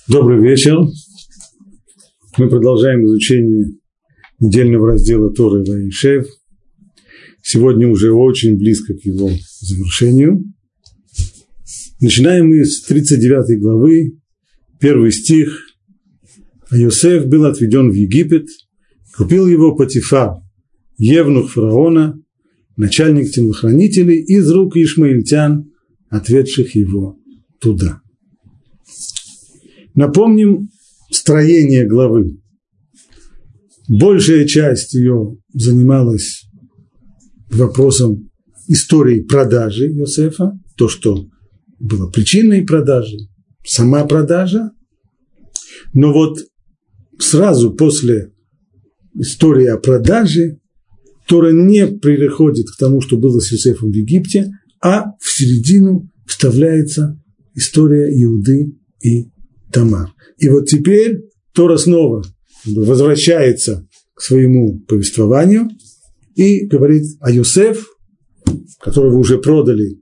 Добрый вечер. Мы продолжаем изучение недельного раздела Торы Ваишев. Сегодня уже очень близко к его завершению. Начинаем мы с 39 главы, 1 стих. А Йосеф был отведен в Египет, купил его Потифар, евнух фараона, начальник телохранителей, из рук ишмаильтян, отведших его туда. Напомним строение главы. Большая часть ее занималась вопросом истории продажи Йосефа, то, что было причиной продажи, сама продажа. Но вот сразу после истории о продаже Тора не переходит к тому, что было с Йосефом в Египте, а в середину вставляется история Иуды и Тамар. И вот теперь Тора снова возвращается к своему повествованию и говорит о Йосеф, которого уже продали.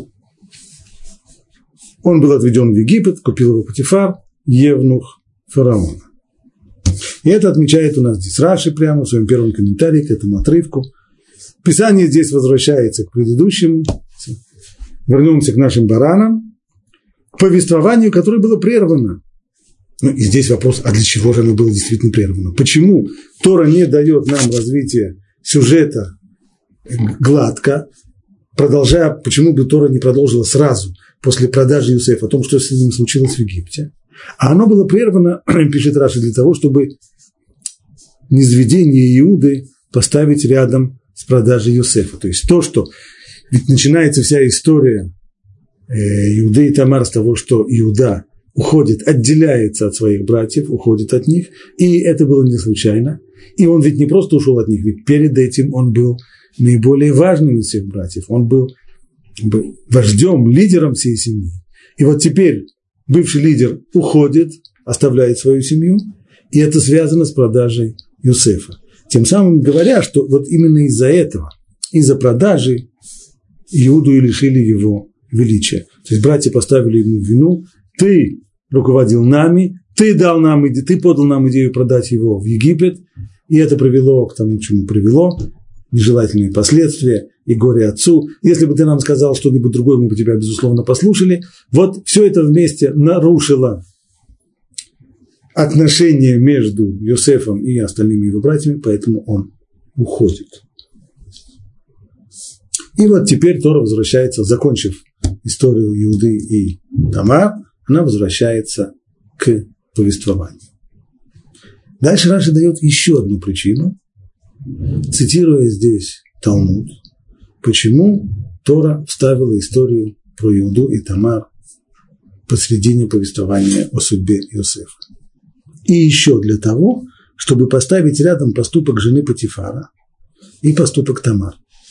Он был отведен в Египет, купил его Потифар, евнух фараона. И это отмечает у нас здесь Раши прямо в своем первом комментарии к этому отрывку. Писание здесь возвращается к предыдущему. Вернемся к нашим баранам, к повествованию, которое было прервано. Ну, и здесь вопрос, а для чего же оно было действительно прервано? Почему Тора не дает нам развития сюжета гладко, продолжая, почему бы Тора не продолжила сразу, после продажи Йосефа, о том, что с ним случилось в Египте? А оно было прервано, пишет Раши, для того, чтобы низведение Иуды поставить рядом с продажей Йосефа. То есть то, что ведь начинается вся история Иуды и Тамар с того, что Иуда уходит, отделяется от своих братьев, уходит от них, и это было не случайно. И он ведь не просто ушел от них, ведь перед этим он был наиболее важным из всех братьев, он был вождем, лидером всей семьи. И вот теперь бывший лидер уходит, оставляет свою семью, и это связано с продажей Йосефа. Тем самым говоря, что вот именно из-за этого, из-за продажи Иуду и лишили его величия. То есть братья поставили ему вину: ты руководил нами, ты подал нам идею продать его в Египет, и это привело к тому, к чему привело, нежелательные последствия и горе отцу. Если бы ты нам сказал что-нибудь другое, мы бы тебя, безусловно, послушали. Вот все это вместе нарушило отношения между Йосефом и остальными его братьями, поэтому он уходит. И вот теперь Тора возвращается, закончив историю Иуды и Тамар, она возвращается к повествованию. Дальше Раши дает еще одну причину, цитируя здесь Талмуд, почему Тора вставила историю про Иуду и Тамар посредине повествования о судьбе Йосефа. И еще для того, чтобы поставить рядом поступок жены Потифара и поступок Тамар.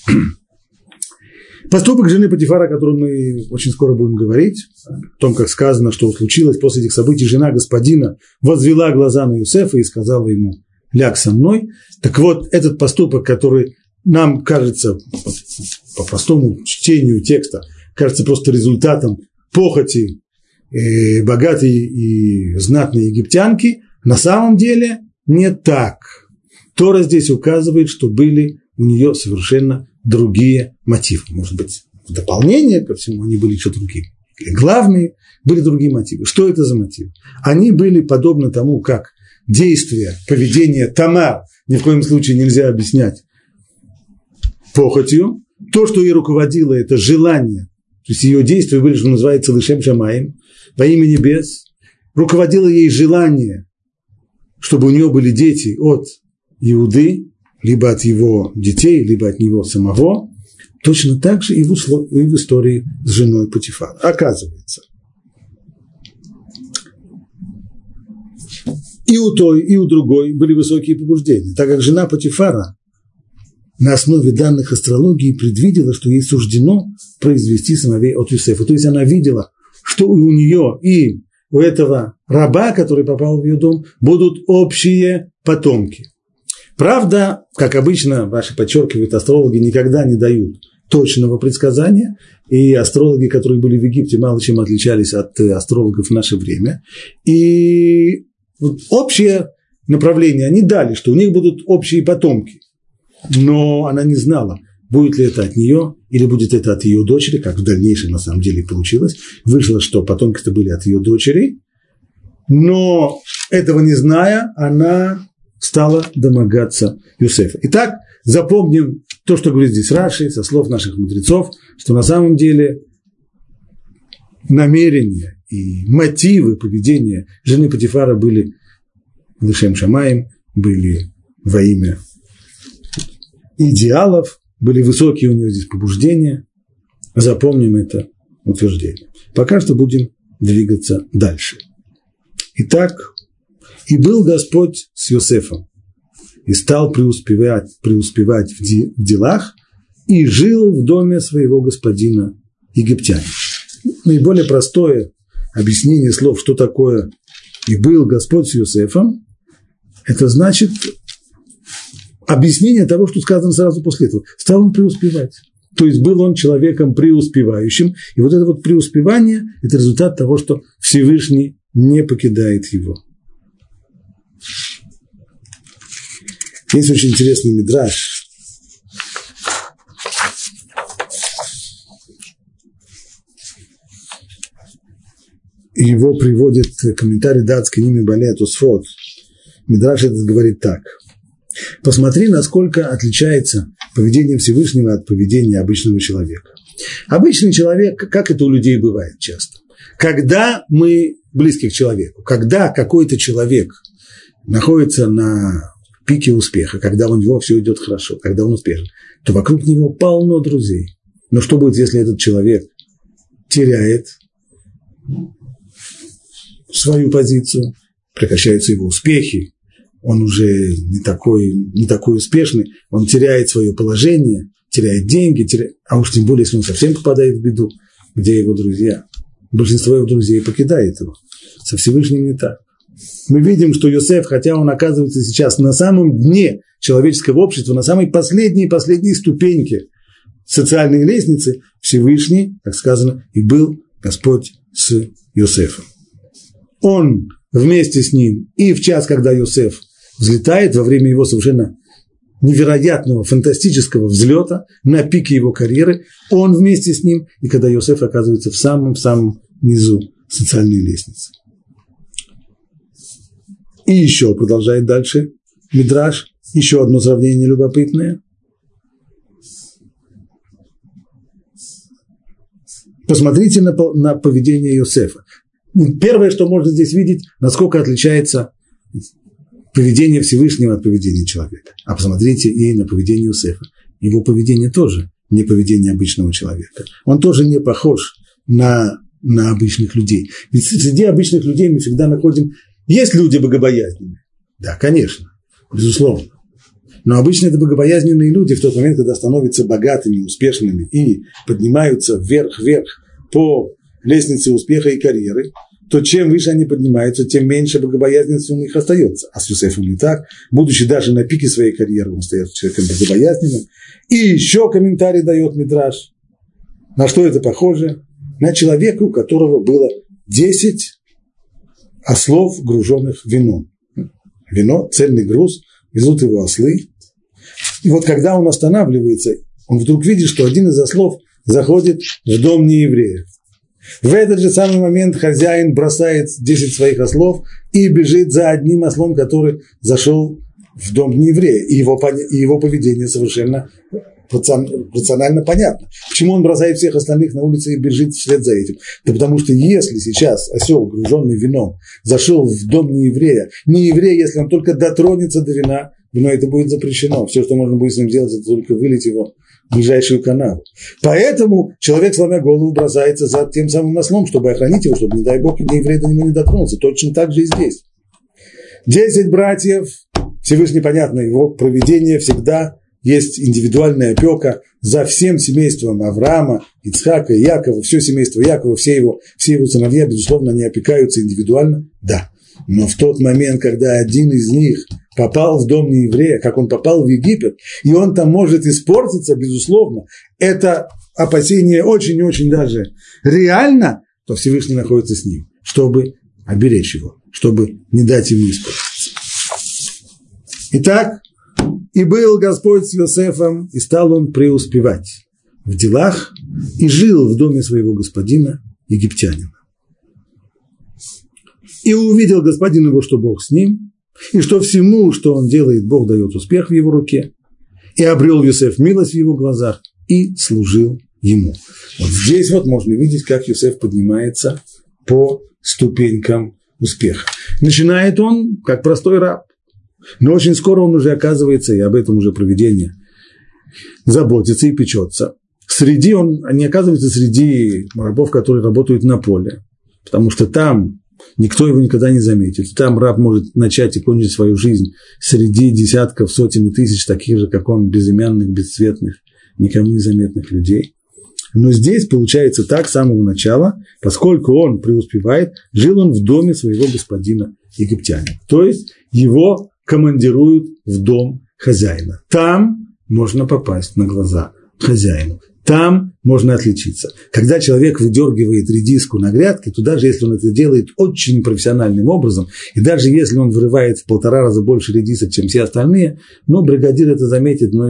Поступок жены Потифара, о котором мы очень скоро будем говорить, о том, как сказано, что случилось после этих событий, жена господина возвела глаза на Йосефа и сказала ему: ляг со мной. Так вот, этот поступок, который нам кажется, по простому чтению текста, кажется просто результатом похоти богатой и знатной египтянки, на самом деле не так. Тора здесь указывает, что были у нее совершенно другие мотивы. Может быть, в дополнение ко всему они были еще другие. Или главные были другие мотивы. Что это за мотивы? Они были подобны тому, как действия, поведение Тамар ни в коем случае нельзя объяснять похотью. То, что ей руководило, это желание. То есть ее действия были, что называется, лешем шамаим, во имя небес. Руководило ей желание, чтобы у нее были дети от Иуды, либо от его детей, либо от него самого. Точно так же и в истории с женой Потифара. Оказывается, и у той, и у другой были высокие побуждения, так как жена Потифара на основе данных астрологии предвидела, что ей суждено произвести сыновей от Йосефа. То есть она видела, что у нее и у этого раба, который попал в ее дом, будут общие потомки. Правда, как обычно, Раши подчеркивает, астрологи никогда не дают точного предсказания, и астрологи, которые были в Египте, мало чем отличались от астрологов в наше время. И вот общее направление они дали, что у них будут общие потомки, но она не знала, будет ли это от нее или будет это от ее дочери, как в дальнейшем на самом деле получилось. Вышло, что потомки-то были от ее дочери, но этого не зная, она стала домогаться Йосефа. Итак, запомним то, что говорит здесь Раши, со слов наших мудрецов, что на самом деле намерения и мотивы поведения жены Потифара были лешем шамаим, были во имя идеалов, были высокие у нее здесь побуждения. Запомним это утверждение. Пока что будем двигаться дальше. Итак, и был Господь с Йосефом, и стал преуспевать в делах, и жил в доме своего господина египтянина. Наиболее простое объяснение слов, что такое «и был Господь с Йосефом», это значит объяснение того, что сказано сразу после этого. Стал он преуспевать. То есть был он человеком преуспевающим, и вот это вот преуспевание – это результат того, что Всевышний не покидает его. Есть очень интересный мидраш. Его приводит комментарий датской Ними Балея Тосфот. Мидраш этот говорит так. Посмотри, насколько отличается поведение Всевышнего от поведения обычного человека. Обычный человек, как это у людей бывает часто, когда мы близки к человеку, когда какой-то человек находится на пике успеха, когда у него все идет хорошо, когда он успешен, то вокруг него полно друзей. Но что будет, если этот человек теряет свою позицию, прекращаются его успехи, он уже не такой успешный, он теряет свое положение, теряет деньги, а уж тем более, если он совсем попадает в беду, где его друзья. Большинство его друзей покидает его. Со Всевышним не так. Мы видим, что Йосеф, хотя он оказывается сейчас на самом дне человеческого общества, на самой последней ступеньке социальной лестницы, Всевышний, как сказано, и был Господь с Йосефом. Он вместе с ним и в час, когда Йосеф взлетает, во время его совершенно невероятного, фантастического взлета, на пике его карьеры, он вместе с ним, и когда Йосеф оказывается в самом-самом низу социальной лестницы. И еще, продолжает дальше мидраш, еще одно сравнение любопытное. Посмотрите на поведение Йосефа. Первое, что можно здесь видеть, насколько отличается поведение Всевышнего от поведения человека. А посмотрите и на поведение Йосефа. Его поведение тоже не поведение обычного человека. Он тоже не похож на обычных людей. Ведь среди обычных людей мы всегда находим... Есть люди богобоязненные? Да, конечно, безусловно. Но обычно это богобоязненные люди в тот момент, когда становятся богатыми, успешными и поднимаются вверх по лестнице успеха и карьеры, то чем выше они поднимаются, тем меньше богобоязненности у них остается. А с Йосефом не так. Будучи даже на пике своей карьеры, он остается человеком богобоязненным. И еще комментарий дает мидраш. На что это похоже? На человека, у которого было 10 ослов, груженных вином. Вино, цельный груз, везут его ослы. И вот когда он останавливается, он вдруг видит, что один из ослов заходит в дом неевреев. В этот же самый момент хозяин бросает 10 своих ослов и бежит за одним ослом, который зашел в дом нееврея. И его поведение совершенно рационально понятно. Почему он бросает всех остальных на улице и бежит вслед за этим? Да потому что если сейчас осел, груженный вином, зашел в дом нееврея, если он только дотронется до вина, вино это будет запрещено. Все, что можно будет с ним делать, это только вылить его в ближайшую канаву. Поэтому человек, сломя голову, бросается за тем самым ослом, чтобы охранить его, чтобы, не дай Бог, нееврей до него не дотронулся. Точно так же и здесь. 10 братьев, Всевышний, понятно, его провидение всегда есть индивидуальная опека за всем семейством Авраама, Ицхака и Якова, все семейство Якова, все его сыновья, безусловно, они опекаются индивидуально, да. Но в тот момент, когда один из них попал в дом нееврея, как он попал в Египет, и он там может испортиться, безусловно, это опасение очень-очень даже реально, то Всевышний находится с ним, чтобы оберечь его, чтобы не дать ему испортиться. Итак, и был Господь с Иосифом, и стал он преуспевать в делах, и жил в доме своего господина, египтянина. И увидел господин его, что Бог с ним, и что всему, что он делает, Бог дает успех в его руке, и обрел Иосиф милость в его глазах, и служил ему. Вот здесь вот можно видеть, как Иосиф поднимается по ступенькам успеха. Начинает он как простой раб, но очень скоро он уже оказывается, и об этом уже провидение, заботится и печется. Он не оказывается среди рабов, которые работают на поле, потому что там никто его никогда не заметит. Там раб может начать и кончить свою жизнь среди десятков, сотен и тысяч таких же, как он, безымянных, бесцветных, никому незаметных людей. Но здесь получается так с самого начала, поскольку он преуспевает, жил он в доме своего господина египтянина. То есть его командируют в дом хозяина. Там можно попасть на глаза хозяину. Там можно отличиться. Когда человек выдергивает редиску на грядке, то даже если он это делает очень профессиональным образом, и даже если он вырывает в 1,5 раза больше редисок, чем все остальные, но бригадир это заметит, но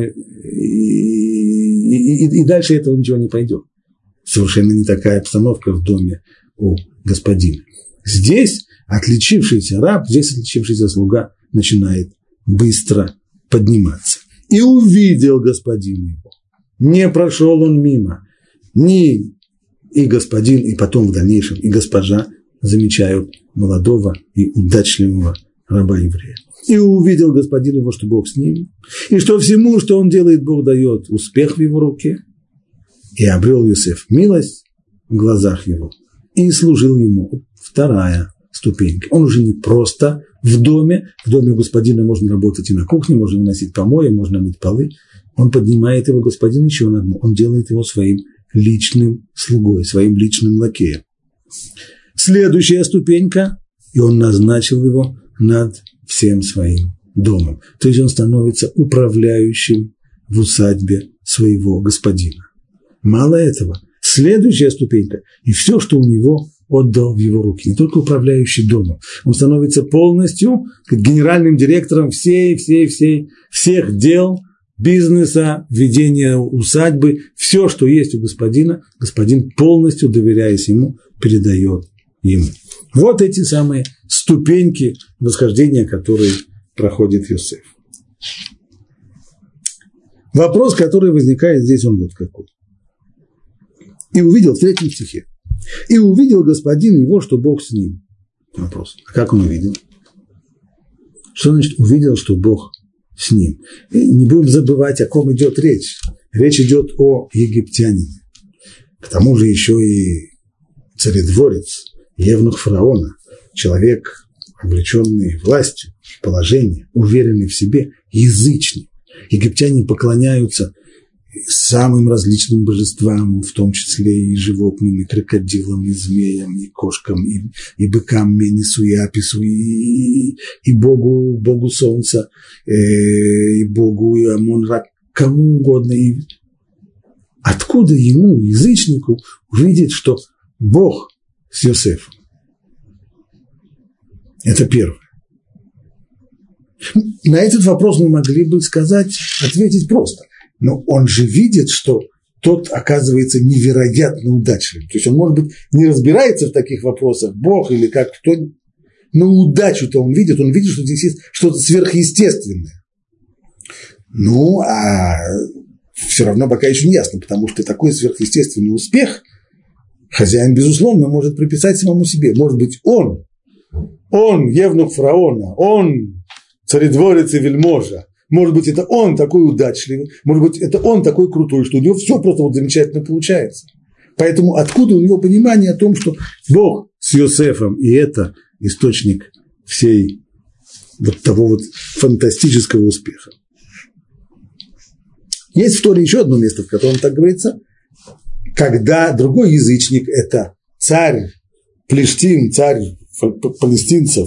и дальше этого ничего не пойдет. Совершенно не такая обстановка в доме у господина. Здесь отличившийся раб, здесь отличившийся слуга начинает быстро подниматься. И увидел господин его. Не прошел он мимо. И господин, и потом в дальнейшем и госпожа замечают молодого и удачливого раба-еврея. И увидел господин его, что Бог с ним, и что всему, что он делает, Бог дает успех в его руке. И обрел Иосиф милость в глазах его, и служил ему. Вторая ступенька. Он уже не просто в доме господина можно работать и на кухне, можно выносить помои, можно мыть полы. Он поднимает его господин еще на дно, он делает его своим личным слугой, своим личным лакеем. Следующая ступенька, и он назначил его над всем своим домом. То есть он становится управляющим в усадьбе своего господина. Мало этого, следующая ступенька, и все, что у него, отдал в его руки. Не только управляющий домом, он становится полностью генеральным директором всех дел, бизнеса, ведения усадьбы, все, что есть у господина, господин, полностью доверяясь ему, передает ему. Вот эти самые ступеньки восхождения, которые проходит Иосиф. Вопрос, который возникает здесь, он вот какой. И увидел в 3 стихе. И увидел господин его, что Бог с ним. Вопрос. А как он увидел? Что значит увидел, что Бог с ним? И не будем забывать, о ком идет речь. Речь идет о египтянине. К тому же еще и царедворец, евнух фараона, человек, облеченный властью, положением, уверенный в себе, язычник. Египтяне поклоняются самым различным божествам, в том числе и животным, и крокодилам, и змеям, и кошкам, и быкам, Менесу, и Апису, и Богу солнца, и Богу и Амон-Ра, кому угодно. И откуда ему, язычнику, увидеть, что Бог с Иосифом? Это первое. На этот вопрос мы могли бы ответить просто. Но он же видит, что тот оказывается невероятно удачливым. То есть он, может быть, не разбирается в таких вопросах, Бог или как кто, но удачу-то он видит, что здесь есть что-то сверхъестественное. Ну, а все равно пока еще не ясно, потому что такой сверхъестественный успех хозяин, безусловно, может приписать самому себе. Может быть, он евнух фараона, он царедворец и вельможа. Может быть, это он такой удачливый, может быть, это он такой крутой, что у него все просто вот замечательно получается. Поэтому откуда у него понимание о том, что Бог с Иосифом, и это источник всей вот того вот фантастического успеха. Есть в Торе еще одно место, в котором так говорится, когда другой язычник, это царь Плештим, царь палестинцев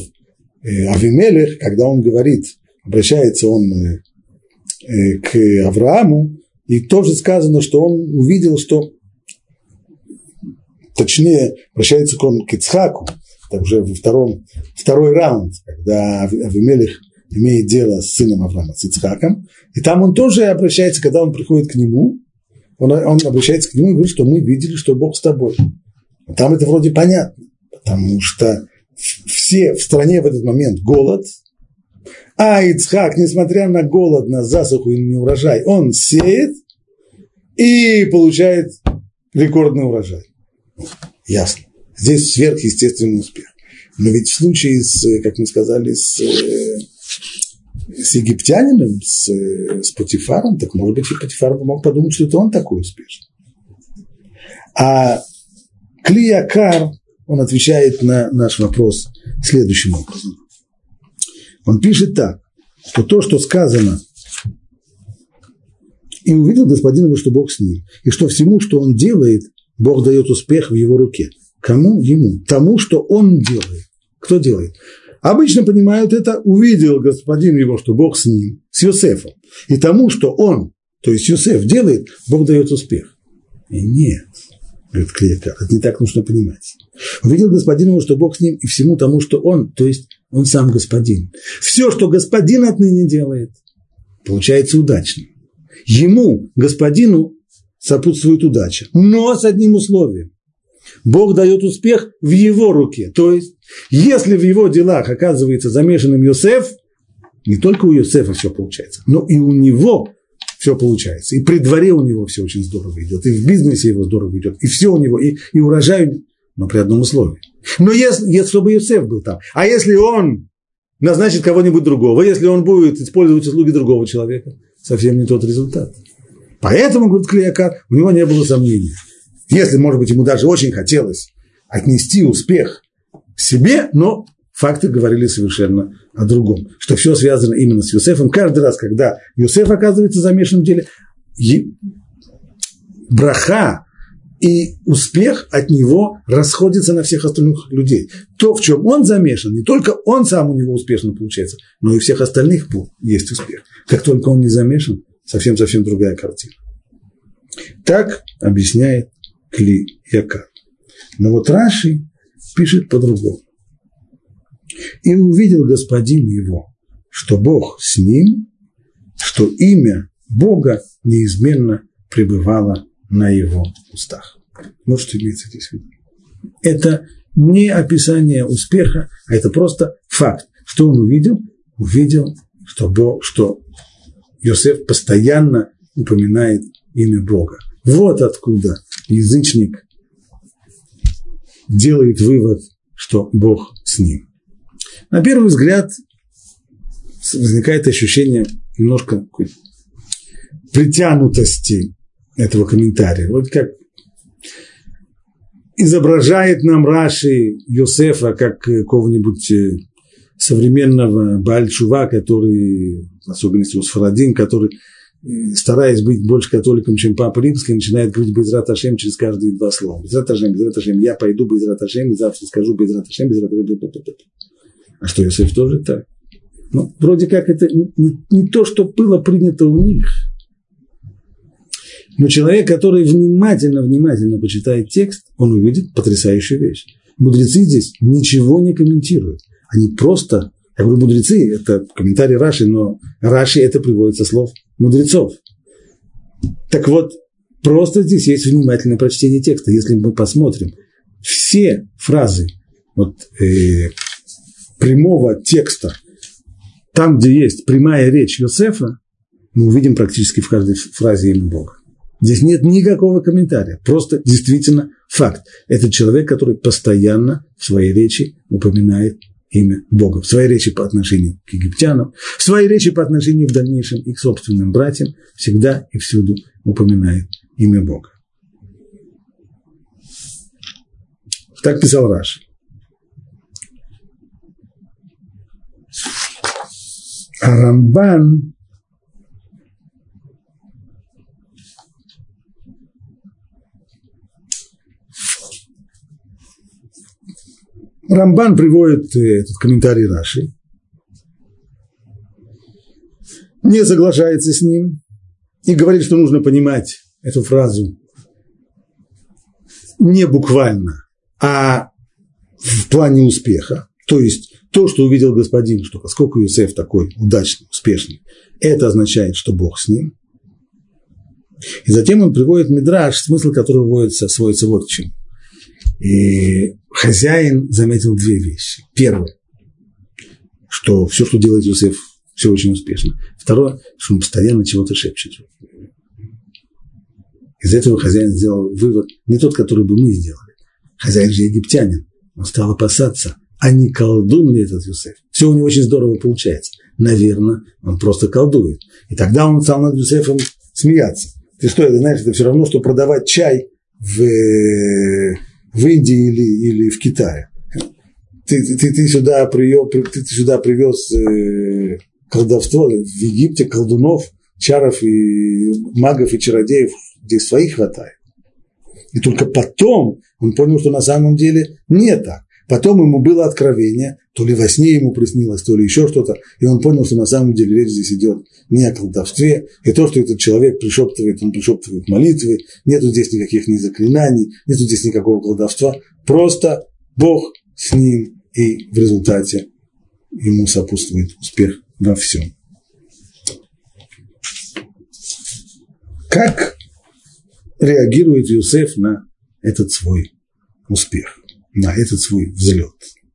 Авимелех, когда он говорит, обращается он к Аврааму, И тоже сказано, что он увидел, что, точнее, обращается он к Ицхаку, это уже второй раунд, когда Авимелех имеет дело с сыном Авраама, с Ицхаком, и там он тоже обращается, когда он приходит к нему, он обращается к нему и говорит, что мы видели, что Бог с тобой. Там это вроде понятно, потому что все в стране в этот момент голод, а Ицхак, несмотря на голод, на засуху и неурожай, он сеет и получает рекордный урожай. Ясно. Здесь сверхъестественный успех. Но ведь в случае с, как мы сказали, с египтянином, с Потифаром, так может быть и Потифар мог подумать, что это он такой успешный. А Кли Якар, он отвечает на наш вопрос следующим образом. Он пишет так, что то, что сказано, и увидел господин его, что Бог с ним, и что всему, что он делает, Бог дает успех в его руке. Кому? Ему. Тому, что он делает. Кто делает? Обычно понимают это, увидел господин его, что Бог с ним, с Йосефом. И тому, что он, то есть Йосеф, делает, Бог дает успех. И нет, говорит Кли Якар, это не так нужно понимать. Увидел господин его, что Бог с ним, и всему тому, что он, то есть он сам господин. Все, что господин отныне делает, получается удачным. Ему, господину, сопутствует удача, но с одним условием. Бог дает успех в его руке. То есть, если в его делах оказывается замешанным Йосеф, не только у Йосефа все получается, но и у него все получается. И при дворе у него все очень здорово идет, и в бизнесе его здорово идет, и все у него, и урожай, но при одном условии. Но если чтобы Йосеф был там, а если он назначит кого-нибудь другого, если он будет использовать услуги другого человека, совсем не тот результат. Поэтому, говорит Кли Якар, у него не было сомнений. Если, может быть, ему даже очень хотелось отнести успех себе, но факты говорили совершенно о другом. Что все связано именно с Йосефом. Каждый раз, когда Йосеф оказывается замешан в деле, браха и успех от него расходятся на всех остальных людей. То, в чем он замешан, не только он сам у него успешно получается, но и у всех остальных есть успех. Как только он не замешан, совсем-совсем другая картина. Так объясняет Кли Якар. Но вот Раши пишет по-другому. И увидел господин его, что Бог с ним, что имя Бога неизменно пребывало на его устах. Вот что имеется здесь в виду. Это не описание успеха, а это просто факт. Что он увидел? Увидел, что Йосеф постоянно упоминает имя Бога. Вот откуда язычник делает вывод, что Бог с ним. На первый взгляд возникает ощущение немножко притянутости этого комментария. Вот как изображает нам Раши Йосефа как какого-нибудь современного Бааль-Тшува, который, в особенности у Сфарадим, который, стараясь быть больше католиком, чем Папа Римский, начинает говорить Бейзрат Ашем через каждые два слова. Бейзрат Ашем, я пойду Бейзрат Ашем, и завтра скажу Бейзрат Ашем, Бейзрат Ашем. А что, Йосеф тоже так? Ну, вроде как это не то, что было принято у них. Но человек, который внимательно почитает текст, он увидит потрясающую вещь. Мудрецы здесь ничего не комментируют. Они просто, я говорю, мудрецы, это комментарий Раши, но Раши это приводит со слов мудрецов. Так вот, просто здесь есть внимательное прочтение текста. Если мы посмотрим все фразы прямого текста, там, где есть прямая речь Йосефа, мы увидим практически в каждой фразе имя Бога. Здесь нет никакого комментария, просто действительно факт. Это человек, который постоянно в своей речи упоминает имя Бога. В своей речи по отношению к египтянам, в своей речи по отношению в дальнейшем и к собственным братьям, всегда и всюду упоминает имя Бога. Так писал Раши. А Рамбан приводит этот комментарий Раши, не соглашается с ним И говорит, что нужно понимать эту фразу не буквально, а в плане успеха. То есть то, что увидел господин, что поскольку Йосеф такой удачный, успешный, это означает, что Бог с ним. И затем он приводит мидраш, смысл которого сводится вот к чему. И хозяин заметил две вещи. Первое, что все, что делает Йосеф, все очень успешно. Второе, что он постоянно чего-то шепчет. Из этого хозяин сделал вывод, не тот, который бы мы сделали. Хозяин же египтянин. Он стал опасаться, а не колдун ли этот Йосеф. Все у него очень здорово получается. Наверное, он просто колдует. И тогда он стал над Йосефом смеяться. Ты что, это знаешь, это все равно, что продавать чай в Индии или в Китае. Ты сюда привез колдовство, в Египте колдунов, чаров и магов и чародеев, здесь своих хватает. И только потом он понял, что на самом деле не так. Потом ему было откровение, то ли во сне ему приснилось, то ли еще что-то, и он понял, что на самом деле речь здесь идет не о колдовстве, и то, что этот человек пришептывает, он пришептывает молитвы, нету здесь никаких ни заклинаний, нету здесь никакого колдовства, просто Бог с ним, и в результате ему сопутствует успех во всем. Как реагирует Йосеф на этот свой успех, на этот свой взлет?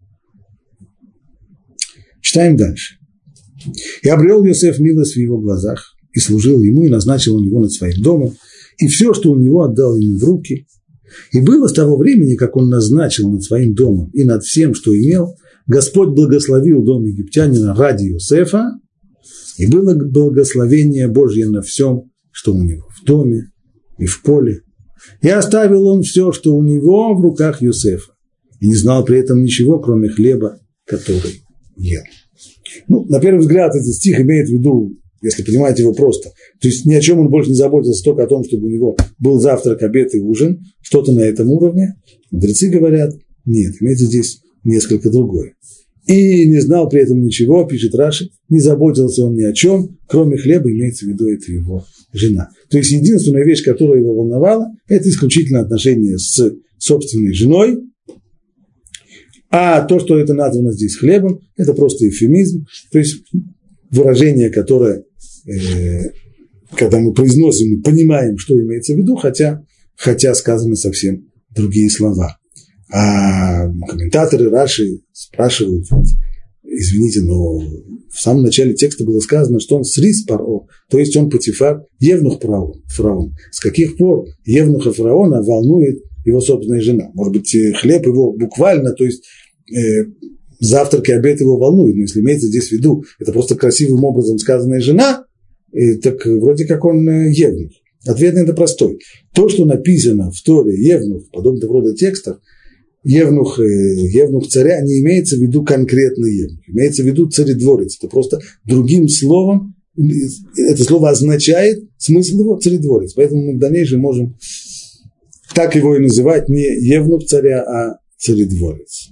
Читаем дальше. «И обрел Йосеф милость в его глазах, и служил ему, и назначил он его над своим домом, и все, что у него, отдал ему в руки. И было с того времени, как он назначил над своим домом и над всем, что имел, Господь благословил дом египтянина ради Йосефа, и было благословение Божье на всем, что у него в доме и в поле. И оставил он все, что у него в руках Йосефа, и не знал при этом ничего, кроме хлеба, который ел». Ну, на первый взгляд, этот стих имеет в виду, если понимать его просто, то есть ни о чем он больше не заботился, только о том, чтобы у него был завтрак, обед и ужин, что-то на этом уровне. Мудрецы говорят, нет, имеется здесь несколько другое. И не знал при этом ничего, пишет Раши, не заботился он ни о чем, кроме хлеба, имеется в виду, это его жена. То есть единственная вещь, которая его волновала, это исключительно отношения с собственной женой, а то, что это названо здесь хлебом, это просто эвфемизм, то есть выражение, которое, когда мы произносим, мы понимаем, что имеется в виду, хотя сказаны совсем другие слова. А комментаторы Раши спрашивают, извините, но в самом начале текста было сказано, что он срис паро, то есть он Потифар, евнух фараон. С каких пор евнуха фараона волнует его собственная жена? Может быть, хлеб его буквально, то есть завтрак и обед его волнует, но если имеется здесь в виду, это просто красивым образом сказанная жена, так вроде как он евнух. Ответ на это простой. То, что написано в Торе евнух, подобного рода текстов, евнух царя, не имеется в виду конкретный евнух, имеется в виду царедворец. Это просто другим словом, это слово означает смысл его царедворец. Поэтому мы в дальнейшем можем так его и называть не евнух царя, а царедворец.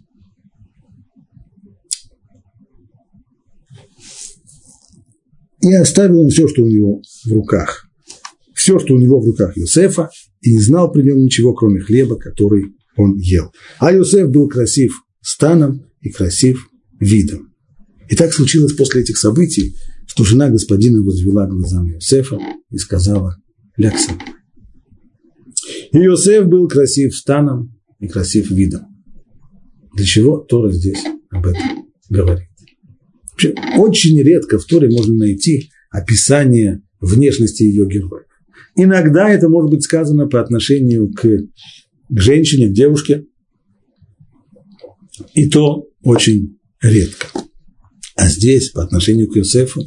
И оставил он все, что у него в руках. Все, что у него в руках Йосефа, и не знал при нем ничего, кроме хлеба, который он ел. А Йосеф был красив станом и красив видом. И так случилось после этих событий, что жена господина возвела глаза на Йосефа и сказала: «Ляг со мной». И Йосеф был красив станом и красив видом. Для чего Тора здесь об этом говорит? Вообще, очень редко в Торе можно найти описание внешности ее героев. Иногда это может быть сказано по отношению к женщине, к девушке, и то очень редко. А здесь по отношению к Йосефу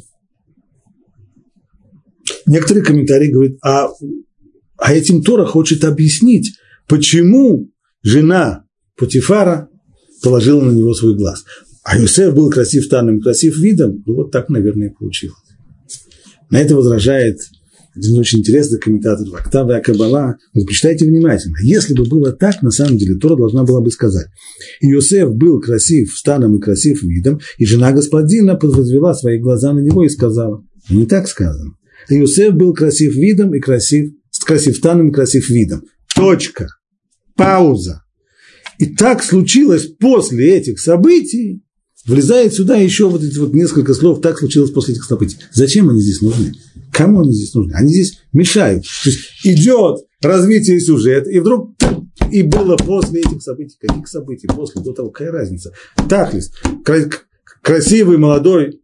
некоторые комментарии говорят, а этим Тора хочет объяснить, почему жена Потифара положила на него свой глаз. А Йосеф был красив станом, красив видом, ну вот так, наверное, и получилось. На это возражает один очень интересный комментатор Вактава и Каббала. Вот прочитайте внимательно. Если бы было так, на самом деле, Тора должна была бы сказать: и Йосеф был красив станом и красив видом, и жена господина подвозвела свои глаза на него и сказала. Не так сказано. Иосиф был красив видом и красив станом и красив видом. Точка. Пауза. И так случилось после этих событий, влезает сюда еще вот эти вот несколько слов, так случилось после этих событий. Зачем они здесь нужны? Кому они здесь нужны? Они здесь мешают. То есть идет развитие сюжета, и вдруг и было после этих событий. Каких событий? После, до того, какая разница? Тахлис. Красивый, молодой.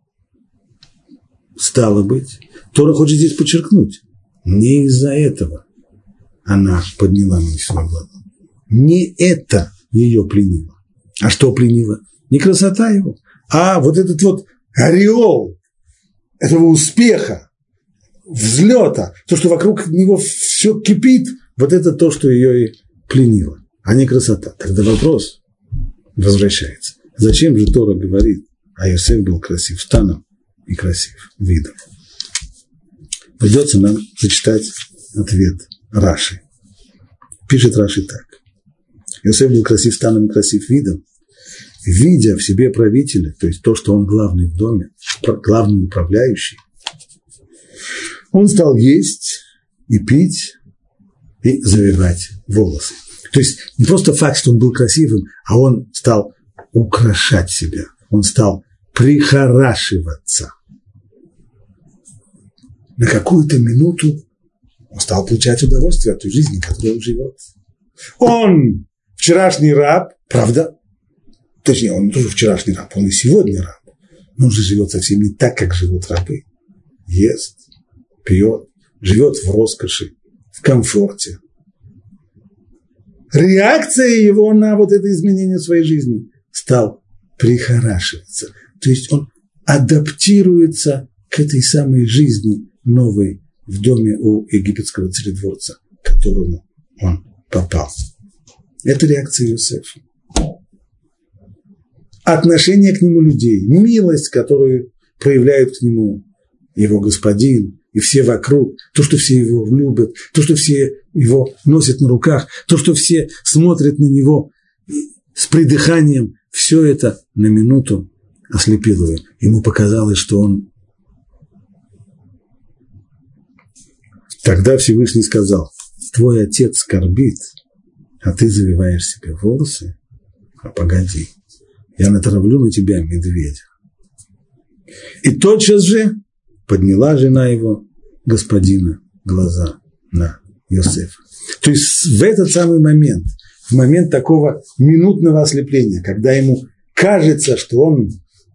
Стало быть. Тора хочет здесь подчеркнуть. Не из-за этого она подняла на свой глаза. Не это ее пленило. А что пленило? Не красота его, а вот этот вот ореол этого успеха, взлета, то, что вокруг него все кипит, вот это то, что ее и пленило, а не красота. Тогда вопрос возвращается. Зачем же Тора говорит, а Иосиф был красив станом и красив видом? Придется нам зачитать ответ Раши. Пишет Раши так. Иосиф был красив станом и красив видом, видя в себе правителя, то есть то, что он главный в доме, главный управляющий, он стал есть и пить и завивать волосы. То есть не просто факт, что он был красивым, а он стал украшать себя, он стал прихорашиваться. На какую-то минуту он стал получать удовольствие от той жизни, в которой он живет. Он вчерашний раб, правда? Точнее, он не тоже вчерашний раб, он и сегодня раб. Но он же живет совсем не так, как живут рабы. Ест, пьет, живет в роскоши, в комфорте. Реакция его на вот это изменение своей жизни стал прихорашиваться. То есть он адаптируется к этой самой жизни новой в доме у египетского царедворца, к которому он попал. Это реакция Иосифа. Отношение к нему людей, милость, которую проявляют к нему его господин и все вокруг, то, что все его любят, то, что все его носят на руках, то, что все смотрят на него с придыханием, все это на минуту ослепило его. Ему показалось, что он... Тогда Всевышний сказал: твой отец скорбит, а ты завиваешь себе волосы? А погоди. Я натравлю на тебя медведя. И тотчас же подняла жена его, господина, глаза на Иосифа. То есть в этот самый момент, в момент такого минутного ослепления, когда ему кажется, что он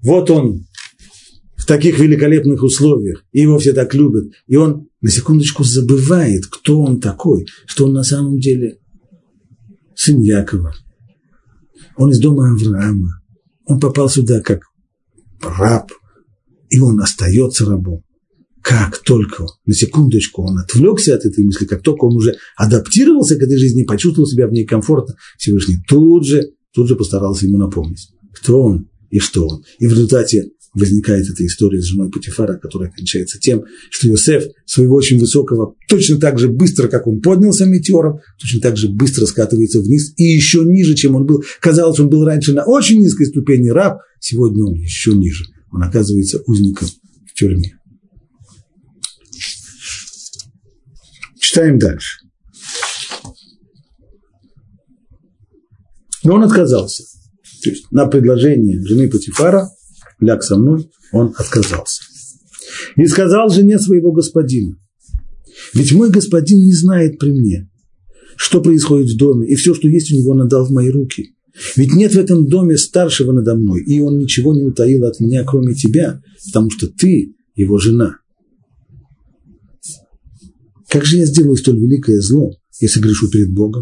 в таких великолепных условиях, и его все так любят, и он на секундочку забывает, кто он такой, что он на самом деле сын Якова, он из дома Авраама. Он попал сюда как раб, и он остается рабом. Как только на секундочку он отвлекся от этой мысли, как только он уже адаптировался к этой жизни, почувствовал себя в ней комфортно, Всевышний тут же постарался ему напомнить, кто он и что он. И в результате возникает эта история с женой Потифара, которая кончается тем, что Иосиф своего очень высокого, точно так же быстро, как он поднялся метеором, точно так же быстро скатывается вниз и еще ниже, чем он был. Казалось, он был раньше на очень низкой ступени раб, сегодня он еще ниже. Он оказывается узником в тюрьме. Читаем дальше. Но он отказался. То есть на предложение жены Потифара ляг со мной, он отказался. И сказал жене своего господина: ведь мой господин не знает при мне, что происходит в доме, и все, что есть у него, он отдал в мои руки. Ведь нет в этом доме старшего надо мной, и он ничего не утаил от меня, кроме тебя, потому что ты его жена. Как же я сделаю столь великое зло, если грешу перед Богом?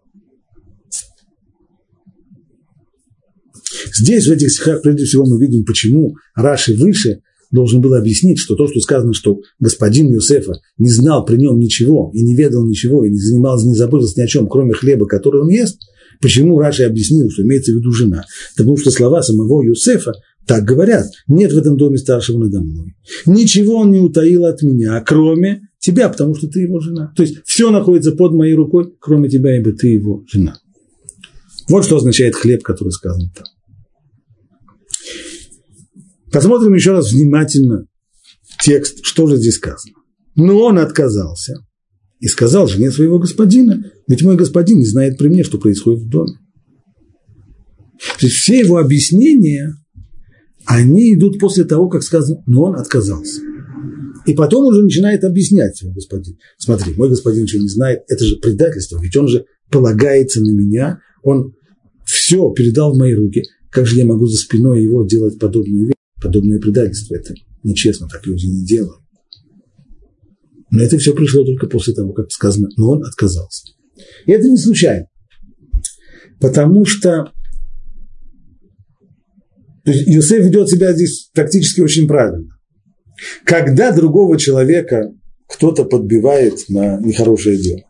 Здесь, в этих стихах, прежде всего, мы видим, почему Раши выше должен был объяснить, что то, что сказано, что господин Иосифа не знал при нем ничего, и не ведал ничего, и не занимался, не заботился ни о чем, кроме хлеба, который он ест, почему Раши объяснил, что имеется в виду жена? Потому что слова самого Иосифа так говорят: нет в этом доме старшего надо мной. Ничего он не утаил от меня, кроме тебя, потому что ты его жена. То есть все находится под моей рукой, кроме тебя, ибо ты его жена. Вот что означает хлеб, который сказан там. Посмотрим еще раз внимательно текст, что же здесь сказано? Но он отказался и сказал жене своего господина, ведь мой господин не знает при мне, что происходит в доме. То есть все его объяснения, они идут после того, как сказано, но он отказался. И потом уже начинает объяснять своему господину. Смотри, мой господин ничего не знает, это же предательство, ведь он же полагается на меня, он все передал в мои руки. Как же я могу за спиной его делать подобную вещь, подобное предательство? Это нечестно, так люди не делают. Но это все пришло только после того, как сказано, но он отказался. И это не случайно, потому что Йосеф ведет себя здесь практически очень правильно. Когда другого человека кто-то подбивает на нехорошее дело,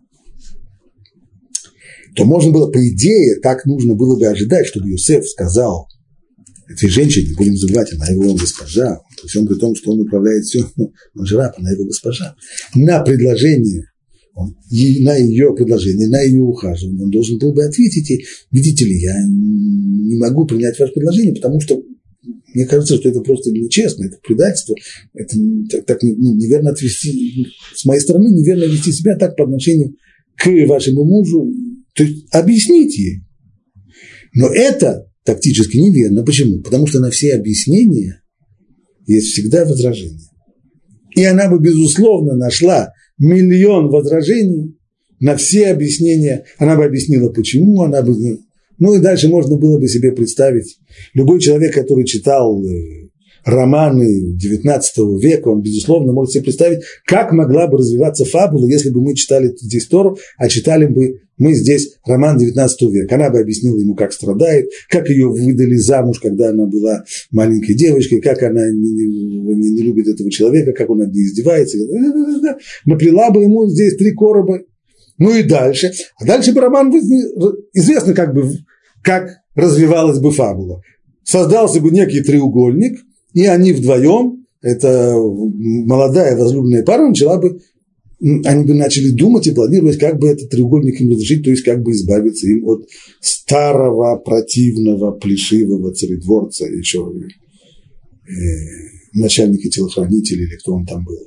то можно было, по идее, так нужно было бы ожидать, чтобы Йосеф сказал этой женщине, будем забывать, она его госпожа, при всем при том, что он управляет все, он же раб, она его госпожа, на предложение, на ее предложение, на ее ухаживание, он должен был бы ответить, и, видите ли, я не могу принять ваше предложение, потому что мне кажется, что это просто нечестно, это предательство, это так неверно отвести, с моей стороны, неверно вести себя так по отношению к вашему мужу, то есть объяснить ей. Но это тактически неверно. Почему? Потому что на все объяснения есть всегда возражение. И она бы, безусловно, нашла миллион возражений на все объяснения. Она бы объяснила, почему, она бы... Ну и дальше можно было бы себе представить. Любой человек, который читал романы XIX века, он, безусловно, может себе представить, как могла бы развиваться фабула, если бы мы читали здесь Тору, а читали бы мы здесь роман XIX века. Она бы объяснила ему, как страдает, как ее выдали замуж, когда она была маленькой девочкой, как она не любит этого человека, как он над ней издевается. Наплела бы ему здесь 3 короба. Ну и дальше. А дальше бы роман известно, как развивалась бы фабула. Создался бы некий треугольник, и они вдвоем, это молодая возлюбленная пара, они бы начали думать и планировать, как бы этот треугольник им разрешить, то есть как бы избавиться им от старого, противного, плешивого царедворца, еще начальника телохранителей, или кто он там был.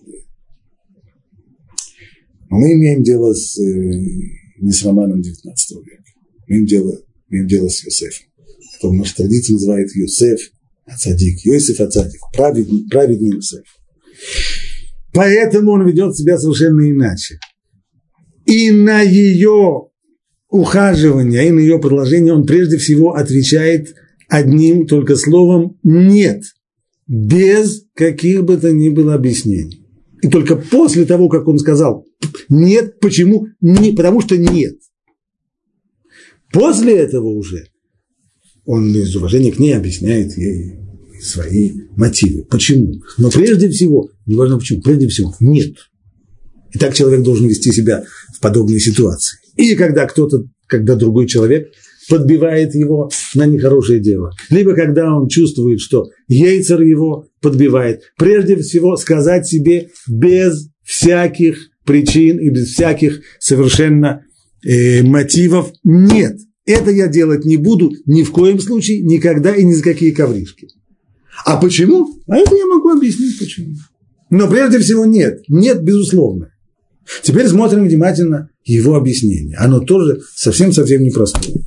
Но мы имеем дело не с романом XIX века, мы имеем дело с Йосефом. Это в нашей традиции называют Йосеф Ацадик, Йосеф Ацадик, праведный Йосеф. Поэтому он ведет себя совершенно иначе. И на ее ухаживание, и на ее предложение он прежде всего отвечает одним только словом «нет», без каких бы то ни было объяснений. И только после того, как он сказал «нет», почему? Не, потому что «нет». После этого уже он из уважения к ней объясняет ей свои мотивы. Почему? Но прежде всего, не важно почему, прежде всего, нет. И так человек должен вести себя в подобной ситуации. И когда другой человек подбивает его на нехорошее дело, либо когда он чувствует, что Ейцер его подбивает, прежде всего сказать себе без всяких причин и без всяких совершенно мотивов «нет». Это я делать не буду ни в коем случае, никогда и ни за какие ковришки. А почему? А это я могу объяснить, почему. Но прежде всего нет. Нет, безусловно. Теперь смотрим внимательно его объяснение. Оно тоже совсем-совсем непростое.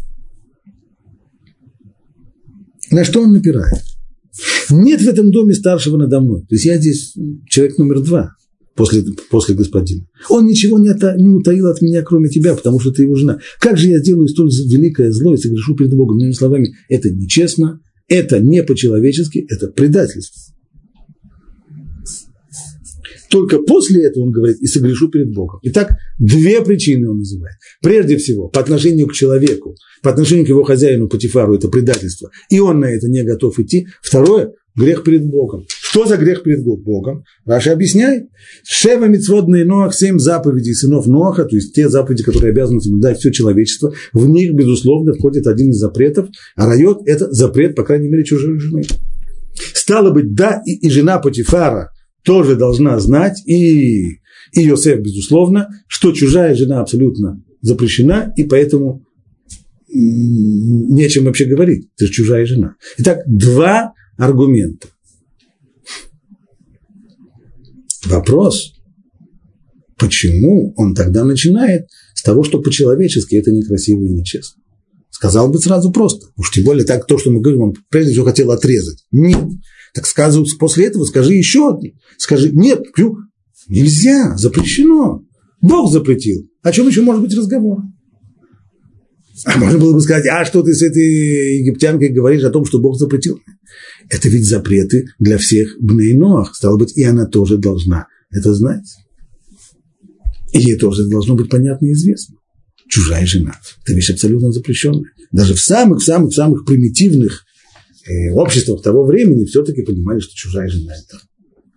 На что он напирает? Нет в этом доме старшего надо мной. То есть я здесь человек номер 2 после господина. Он ничего не утаил от меня, кроме тебя, потому что ты его жена. Как же я сделаю столь великое зло и согрешу перед Богом? Иными словами, это нечестно, это не по-человечески, это предательство. Только после этого он говорит «и согрешу перед Богом». Итак, 2 причины он называет. Прежде всего, по отношению к человеку, по отношению к его хозяину Потифару, это предательство, и он на это не готов идти. Второе – грех перед Богом. Что за грех перед Богом? Раши объясняет. Шева мицвот Ноах, 7 заповедей сынов Ноаха, то есть те заповеди, которые обязаны соблюдать все человечество, в них, безусловно, входит один из запретов, а райот – это запрет, по крайней мере, чужой жены. Стало быть, да, и жена Потифара тоже должна знать, и Йосеф, безусловно, что чужая жена абсолютно запрещена, и поэтому не о чем вообще говорить, это же чужая жена. Итак, 2 аргумента. Вопрос, почему он тогда начинает с того, что по-человечески это некрасиво и нечестно? Сказал бы сразу просто. Уж тем более так то, что мы говорим, он прежде всего хотел отрезать. Нет. Так после этого скажи еще одно. Скажи, нет, нельзя, запрещено. Бог запретил. О чем еще может быть разговор? А можно было бы сказать, а что ты с этой египтянкой говоришь о том, что Бог запретил? Это ведь запреты для всех бней Ноах. Стало быть, и она тоже должна это знать. И ей тоже должно быть понятно и известно. Чужая жена – это вещь абсолютно запрещенная. Даже в самых примитивных обществах того времени все-таки понимали, что чужая жена – это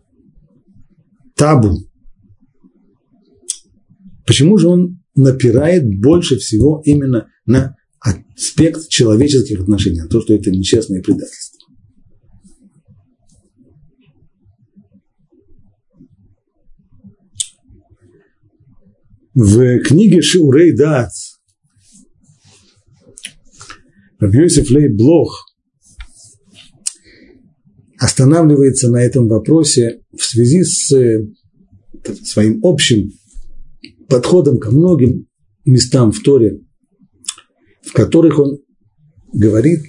табу. Почему же он напирает больше всего именно на аспект человеческих отношений, на то, что это нечестное предательство? В книге Шиурей Даат Рабби Йосеф Лейб Блох останавливается на этом вопросе в связи с своим общим подходом ко многим местам в Торе, в которых он говорит,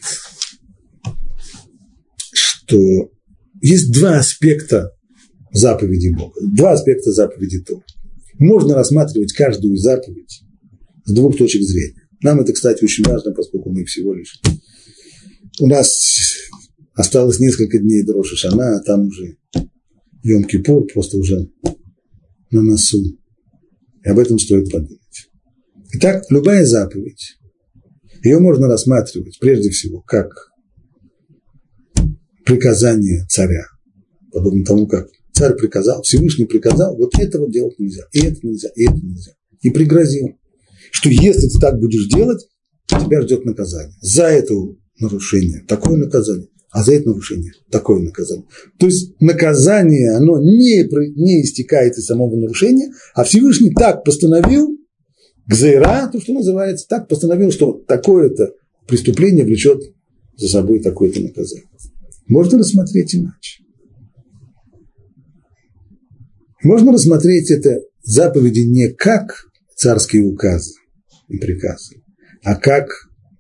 что есть два аспекта заповеди Бога, два аспекта заповеди Торы. Можно рассматривать каждую заповедь с двух точек зрения. Нам это, кстати, очень важно, поскольку мы всего лишь... У нас осталось несколько дней до Рош ха-Шана, а там уже Йом-Кипур, просто уже на носу. И об этом стоит подумать. Итак, любая заповедь, ее можно рассматривать прежде всего как приказание царя, подобно тому, как царь приказал, Всевышний приказал, вот этого делать нельзя, и это нельзя, и это нельзя. И пригрозил, что если ты так будешь делать, тебя ждет наказание. За это нарушение такое наказание, а за это нарушение такое наказание. То есть наказание, оно не истекает из самого нарушения, а Всевышний так постановил, гзейра, то, что называется, так постановил, что такое-то преступление влечет за собой такое-то наказание. Можно рассмотреть иначе. Можно рассмотреть это заповеди не как царские указы и приказы, а как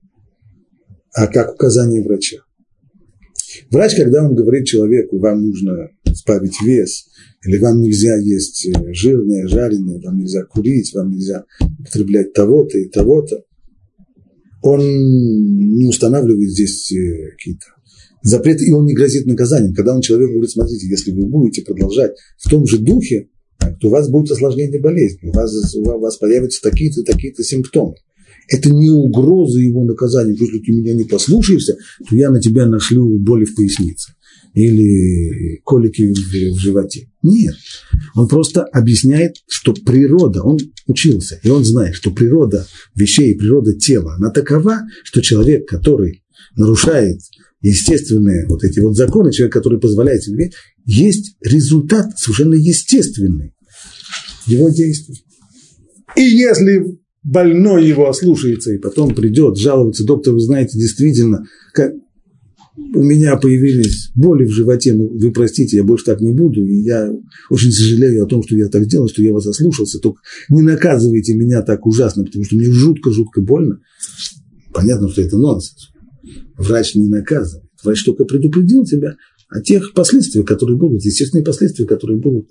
указание врача. Врач, когда он говорит человеку, вам нужно сбавить вес, или вам нельзя есть жирное, жареное, вам нельзя курить, вам нельзя употреблять того-то и того-то, он не устанавливает здесь какие-то запреты, и он не грозит наказанием. Когда он человеку говорит, смотрите, если вы будете продолжать в том же духе, то у вас будет осложнение болезни, у вас появятся такие-то, такие-то симптомы. Это не угроза его наказания. Если ты меня не послушаешься, то я на тебя нашлю боли в пояснице или колики в животе. Нет. Он просто объясняет, что природа, он учился, и он знает, что природа вещей, природа тела, она такова, что человек, который нарушает естественные вот эти вот законы, человек, который позволяет себе, есть результат совершенно естественный его действий. И если больной его ослушается и потом придет жаловаться, доктор, вы знаете, действительно, как у меня появились боли в животе, ну, вы простите, я больше так не буду, и я очень сожалею о том, что я так сделал, что я вас ослушался, только не наказывайте меня так ужасно, потому что мне жутко-жутко больно. Понятно, что это нонсенс. Врач не наказывает, врач только предупредил тебя о тех последствиях, которые будут, естественные последствия, которые будут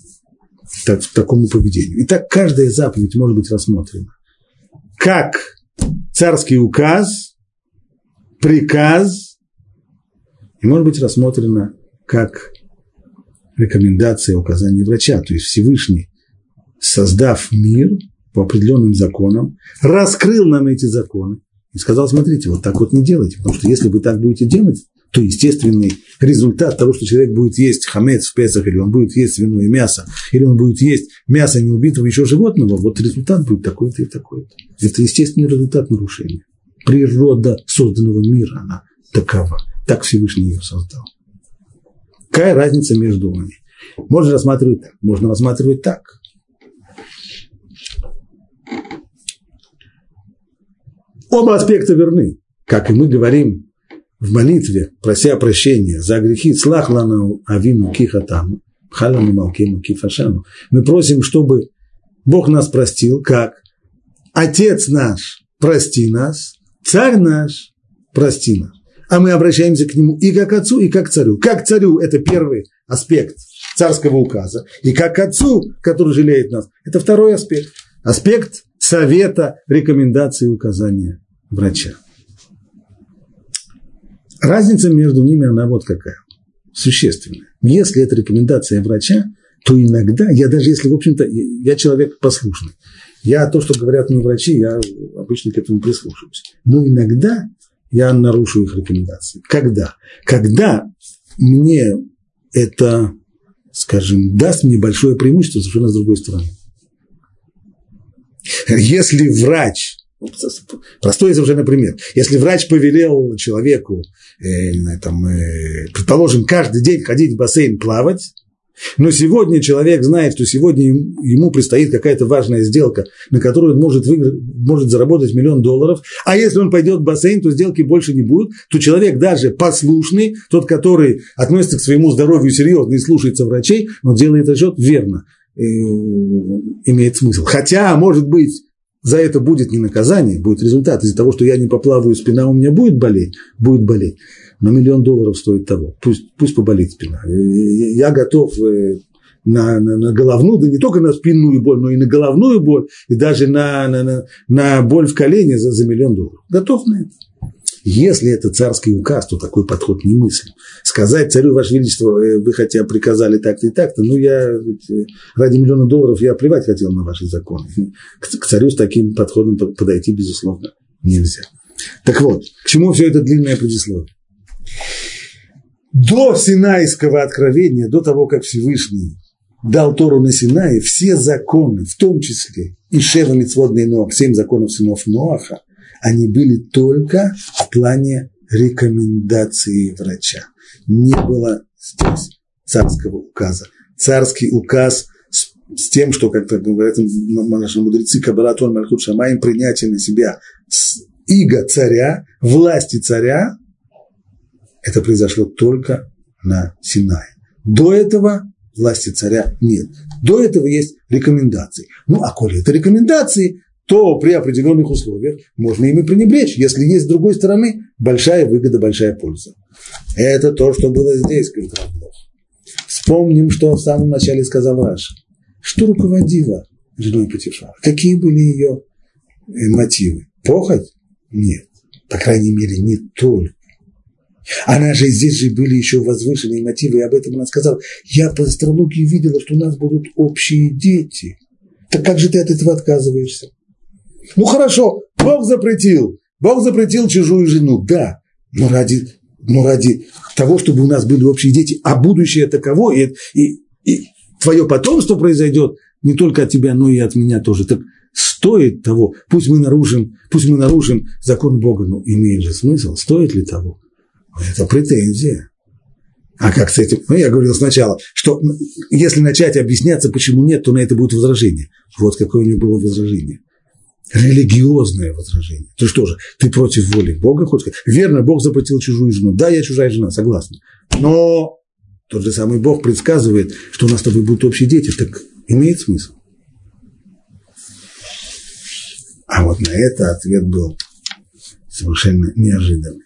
к такому поведению. Итак, каждая заповедь может быть рассмотрена как царский указ, приказ, и может быть рассмотрена как рекомендация, указание врача. То есть Всевышний, создав мир по определенным законам, раскрыл нам эти законы и сказал, смотрите, вот так вот не делайте, потому что если вы так будете делать, то естественный результат того, что человек будет есть хамец в Песах, или он будет есть свиное мясо, или он будет есть мясо неубитого еще животного, вот результат будет такой-то и такой-то. Это естественный результат нарушения. Природа созданного мира, она такова. Так Всевышний ее создал. Какая разница между ними? Можно рассматривать так, можно рассматривать так. Оба аспекта верны. Как и мы говорим в молитве, прося прощения за грехи «Слах лану авину кихатану», Халану Малкему Кифашану. Мы просим, чтобы Бог нас простил, как? Отец наш, прости нас, царь наш, прости нас. А мы обращаемся к нему и как отцу, и как царю. Как царю – это первый аспект царского указа, и как отцу, который жалеет нас, это второй аспект. Аспект совета, рекомендации и указания врача. Разница между ними, она вот какая, существенная. Если это рекомендация врача, то иногда, я даже если, в общем-то, я человек послушный, я то, что говорят мне врачи, я обычно к этому прислушиваюсь. Но иногда я нарушу их рекомендации. Когда? Когда мне это, скажем, даст мне большое преимущество совершенно с другой стороны. Если врач, простой совершенно пример, если врач повелел человеку, предположим, каждый день ходить в бассейн плавать, но сегодня человек знает, что сегодня ему предстоит какая-то важная сделка, на которую он может заработать $1 миллион, а если он пойдет в бассейн, то сделки больше не будет, то человек даже послушный, тот, который относится к своему здоровью серьезно и слушается врачей, он делает расчет верно, имеет смысл. Хотя, может быть, за это будет не наказание, будет результат. Из-за того, что я не поплаваю, спина у меня будет болеть. Но $1 миллион стоит того. Пусть поболит спина. Я готов на головную, да не только на спинную боль, но и на головную боль, и даже на боль в колене за $1 миллион. Готов на это. Если это царский указ, то такой подход немыслим. Сказать царю, Ваше Величество, вы хотя приказали так-то и так-то, я ради $1 миллиона я плевать хотел на ваши законы. К царю с таким подходом подойти, безусловно, нельзя. Так вот, к чему все это длинное предисловие? До Синайского откровения, до того, как Всевышний дал Тору на Синае, все законы, в том числе и Шева Мицвот бней Ноах, 7 законов сынов Ноаха, они были только в плане рекомендации врача. Не было здесь царского указа. Царский указ с тем, что, как-то говорят наши мудрецы, Кабалатон Мальхут Шамаим, принятие на себя иго царя, власти царя, это произошло только на Синае. До этого власти царя нет. До этого есть рекомендации. А коли это рекомендации, то при определенных условиях можно ими пренебречь, если есть с другой стороны большая выгода, большая польза. Это то, что было здесь, говорит Рав Блох. Вспомним, что в самом начале сказал Раши. Что руководило женой Потифара? Какие были ее мотивы? Похоть? Нет. По крайней мере, не только. Здесь же были еще возвышенные мотивы, и об этом она сказала. Я по астрологии видела, что у нас будут общие дети. Так как же ты от этого отказываешься? Хорошо, Бог запретил чужую жену, да, но ради того, чтобы у нас были общие дети, а будущее таково, и твое потомство произойдет не только от тебя, но и от меня тоже. Так стоит того, пусть мы нарушим закон Бога, имеет же смысл, стоит ли того? Это претензия. А как с этим? Я говорил сначала, что если начать объясняться, почему нет, то на это будет возражение. Вот какое у него было возражение. Религиозное возражение. Ты что же, ты против воли Бога? Хочешь сказать? Верно, Бог запретил чужую жену. Да, я чужая жена, согласна. Но тот же самый Бог предсказывает, что у нас с тобой будут общие дети. Так имеет смысл? А вот на это ответ был совершенно неожиданный.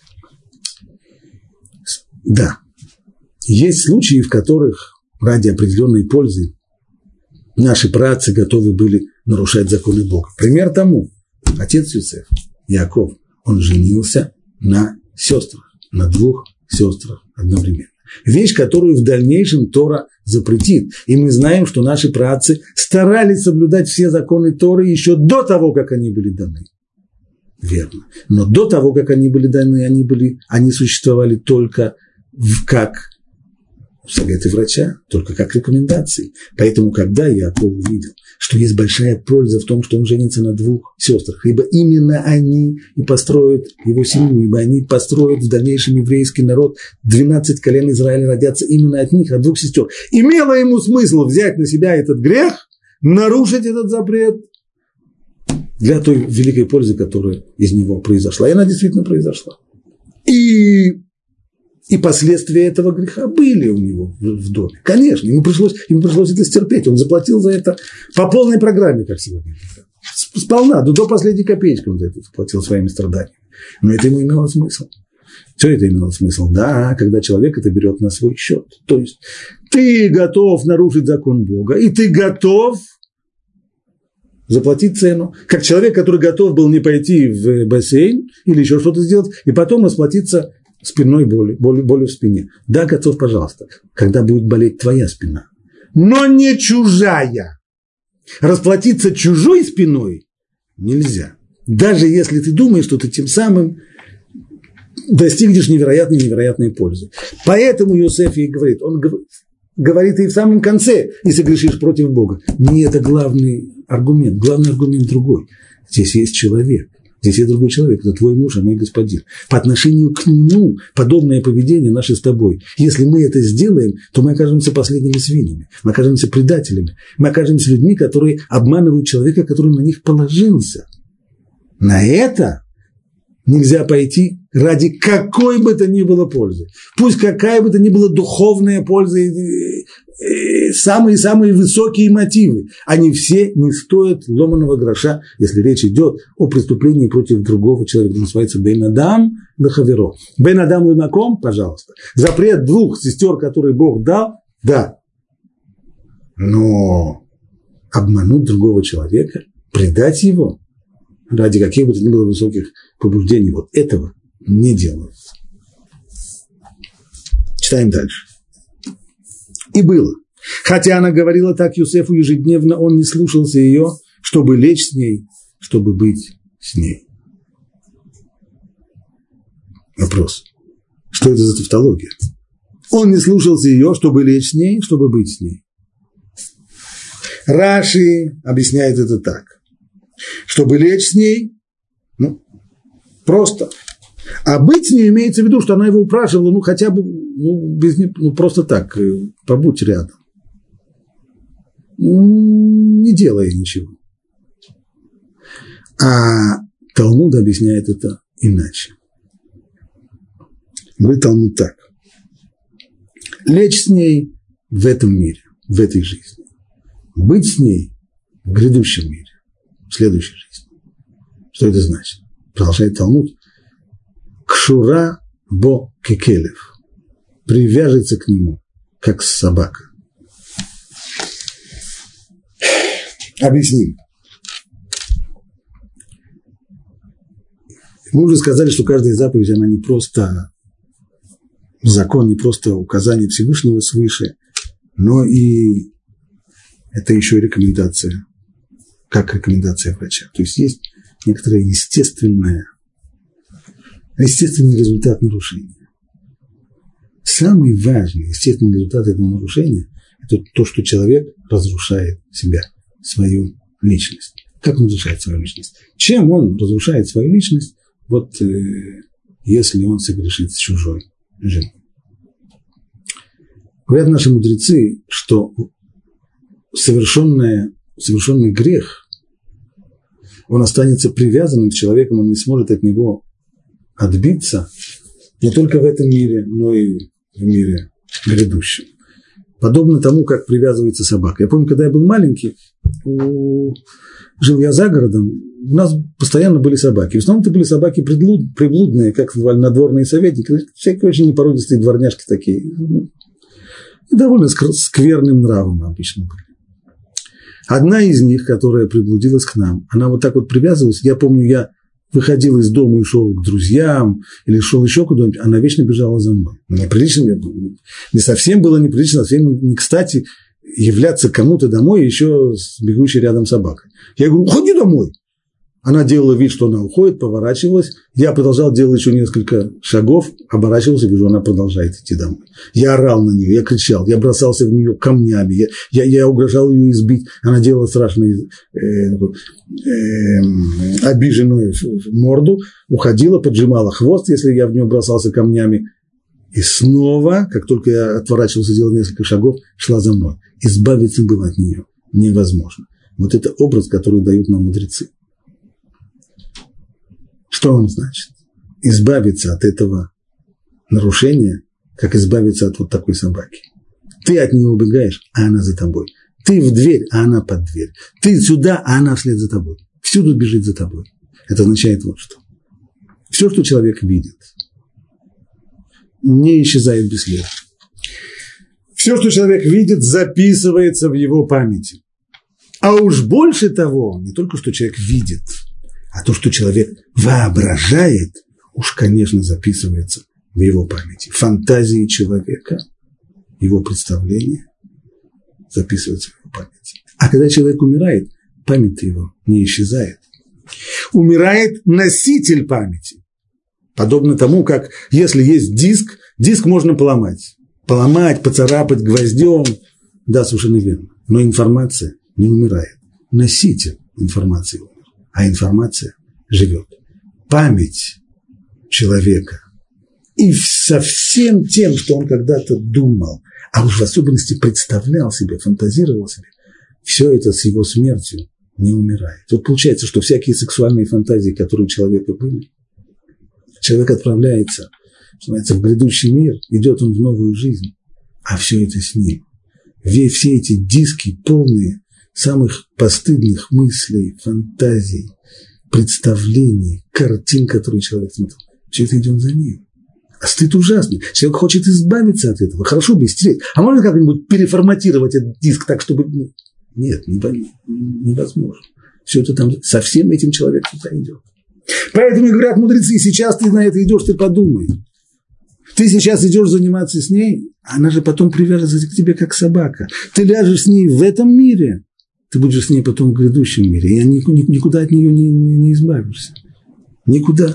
Да, есть случаи, в которых ради определенной пользы наши праотцы готовы были нарушать законы Бога. Пример тому – отец Юсеф, Яаков, он женился на сестрах, на 2 сестрах одновременно. Вещь, которую в дальнейшем Тора запретит. И мы знаем, что наши праотцы старались соблюдать все законы Торы еще до того, как они были даны. Верно. Но до того, как они были даны, они существовали только как советы врача, только как рекомендации. Поэтому, когда Яаков увидел, что есть большая польза в том, что он женится на 2 сестрах, ибо именно они и построят его семью, ибо они построят в дальнейшем еврейский народ, 12 колен Израиля родятся именно от них, от 2 сестер. Имело ему смысл взять на себя этот грех, нарушить этот запрет для той великой пользы, которая из него произошла. И она действительно произошла. И И последствия этого греха были у него в доме. Конечно, ему пришлось это стерпеть. Он заплатил за это по полной программе, как сегодня. Сполна, до последней копеечки он за это заплатил своими страданиями. Но это ему имело смысл. Все это имело смысл. Да, когда человек это берет на свой счет. То есть ты готов нарушить закон Бога, и ты готов заплатить цену. Как человек, который готов был не пойти в бассейн или еще что-то сделать, и потом расплатиться спинной болью в спине. Да, готов, пожалуйста, когда будет болеть твоя спина. Но не чужая. Расплатиться чужой спиной нельзя. Даже если ты думаешь, что ты тем самым достигнешь невероятной пользы. Поэтому Йосеф ей говорит, он говорит и в самом конце, если грешишь против Бога. Не это главный аргумент другой. Здесь есть человек. Здесь есть другой человек, это твой муж, а мой господин. По отношению к нему подобное поведение наше с тобой. Если мы это сделаем, то мы окажемся последними свиньями, мы окажемся предателями, мы окажемся людьми, которые обманывают человека, который на них положился. На это нельзя пойти ради какой бы то ни было пользы. Пусть какая бы то ни была духовная польза, самые высокие мотивы, они все не стоят ломаного гроша, если речь идет о преступлении против другого человека. Это называется бен адам лехаверо. Бен адам лемаком, пожалуйста. Запрет двух сестер, которые Бог дал, да. Но обмануть другого человека, предать его ради каких бы то ни было высоких побуждений, вот этого не делают. Читаем дальше. И было. Хотя она говорила так Йосефу ежедневно, он не слушался ее, чтобы лечь с ней, чтобы быть с ней. Вопрос. Что это за тавтология? Он не слушался ее, чтобы лечь с ней, чтобы быть с ней. Раши объясняет это так. Чтобы лечь с ней, просто. А быть с ней имеется в виду, что она его упрашивала, хотя бы, просто так, побудь рядом. Не делая ничего. А Талмуд объясняет это иначе. Говорит Талмуд так. Лечь с ней в этом мире, в этой жизни. Быть с ней в грядущем мире, в следующей жизни. Что это значит? Продолжает Талмуд. Кшура бо кекелев. Привяжется к нему, как собака. Объясним. Мы уже сказали, что каждая заповедь, она не просто закон, не просто указание Всевышнего свыше, но и это еще и рекомендация, как рекомендация врача. То есть есть некоторый естественный результат нарушения. Самый важный естественный результат этого нарушения – это то, что человек разрушает себя, свою личность. Как он разрушает свою личность? Чем он разрушает свою личность, если он согрешит с чужой женой? Говорят наши мудрецы, что совершенный грех, он останется привязанным к человеку, он не сможет от него отбиться не только в этом мире, но и в мире грядущем. Подобно тому, как привязывается собака. Я помню, когда я был маленький, жил я за городом, у нас постоянно были собаки. В основном это были собаки приблудные, как называли, надворные советники, всякие очень непородистые дворняжки такие. И довольно скверным нравом обычно были. Одна из них, которая приблудилась к нам, она вот так вот привязывалась. Я помню, я выходил из дома и шел к друзьям, или шел еще куда-нибудь, она вечно бежала за мной. Неприлично, не совсем было неприлично, совсем не кстати являться кому-то домой еще с бегущей рядом собакой. Я говорю, уходи домой. Она делала вид, что она уходит, поворачивалась. Я продолжал делать еще несколько шагов, оборачивался, вижу, она продолжает идти домой. Я орал на нее, я кричал, я бросался в нее камнями, я угрожал ее избить. Она делала страшную обиженную морду, уходила, поджимала хвост, если я в нее бросался камнями. И снова, как только я отворачивался, делал несколько шагов, шла за мной. Избавиться было от нее невозможно. Вот это образ, который дают нам мудрецы. Что он значит? Избавиться от этого нарушения как избавиться от вот такой собаки. Ты от нее убегаешь, а она за тобой. Ты в дверь, а она под дверь. Ты сюда, а она вслед за тобой. Всюду бежит за тобой. Это означает вот что. Все, что человек видит, не исчезает бесследно. Все, что человек видит, записывается в его памяти. А уж больше того, не только что человек видит, а то, что человек воображает, уж, конечно, записывается в его памяти. Фантазии человека, его представления записываются в его памяти. А когда человек умирает, память его не исчезает. Умирает носитель памяти. Подобно тому, как если есть диск, диск можно поломать. Поломать, поцарапать гвоздем. Да, совершенно верно. Но информация не умирает. Носитель информации умер. А информация живет. Память человека. И со всем тем, что он когда-то думал, а уж в особенности представлял себе, фантазировал себе, все это с его смертью не умирает. Вот получается, что всякие сексуальные фантазии, которые у человека были, человек отправляется, что называется, в грядущий мир, идет он в новую жизнь, а все это с ним. Все эти диски полные самых постыдных мыслей, фантазий, представлений, картин, которые человек смотрел, все это идет за ним. А стыд ужасный. Человек хочет избавиться от этого. Хорошо бы стереть. А можно как-нибудь переформатировать этот диск так, чтобы... Нет, невозможно. Все это там со всем этим человек туда идет. Поэтому говорят мудрецы, сейчас ты на это идешь, ты подумай. Ты сейчас идешь заниматься с ней, она же потом привяжется к тебе, как собака. Ты ляжешь с ней в этом мире, ты будешь с ней потом в грядущем мире. И никуда от нее не избавишься. Никуда.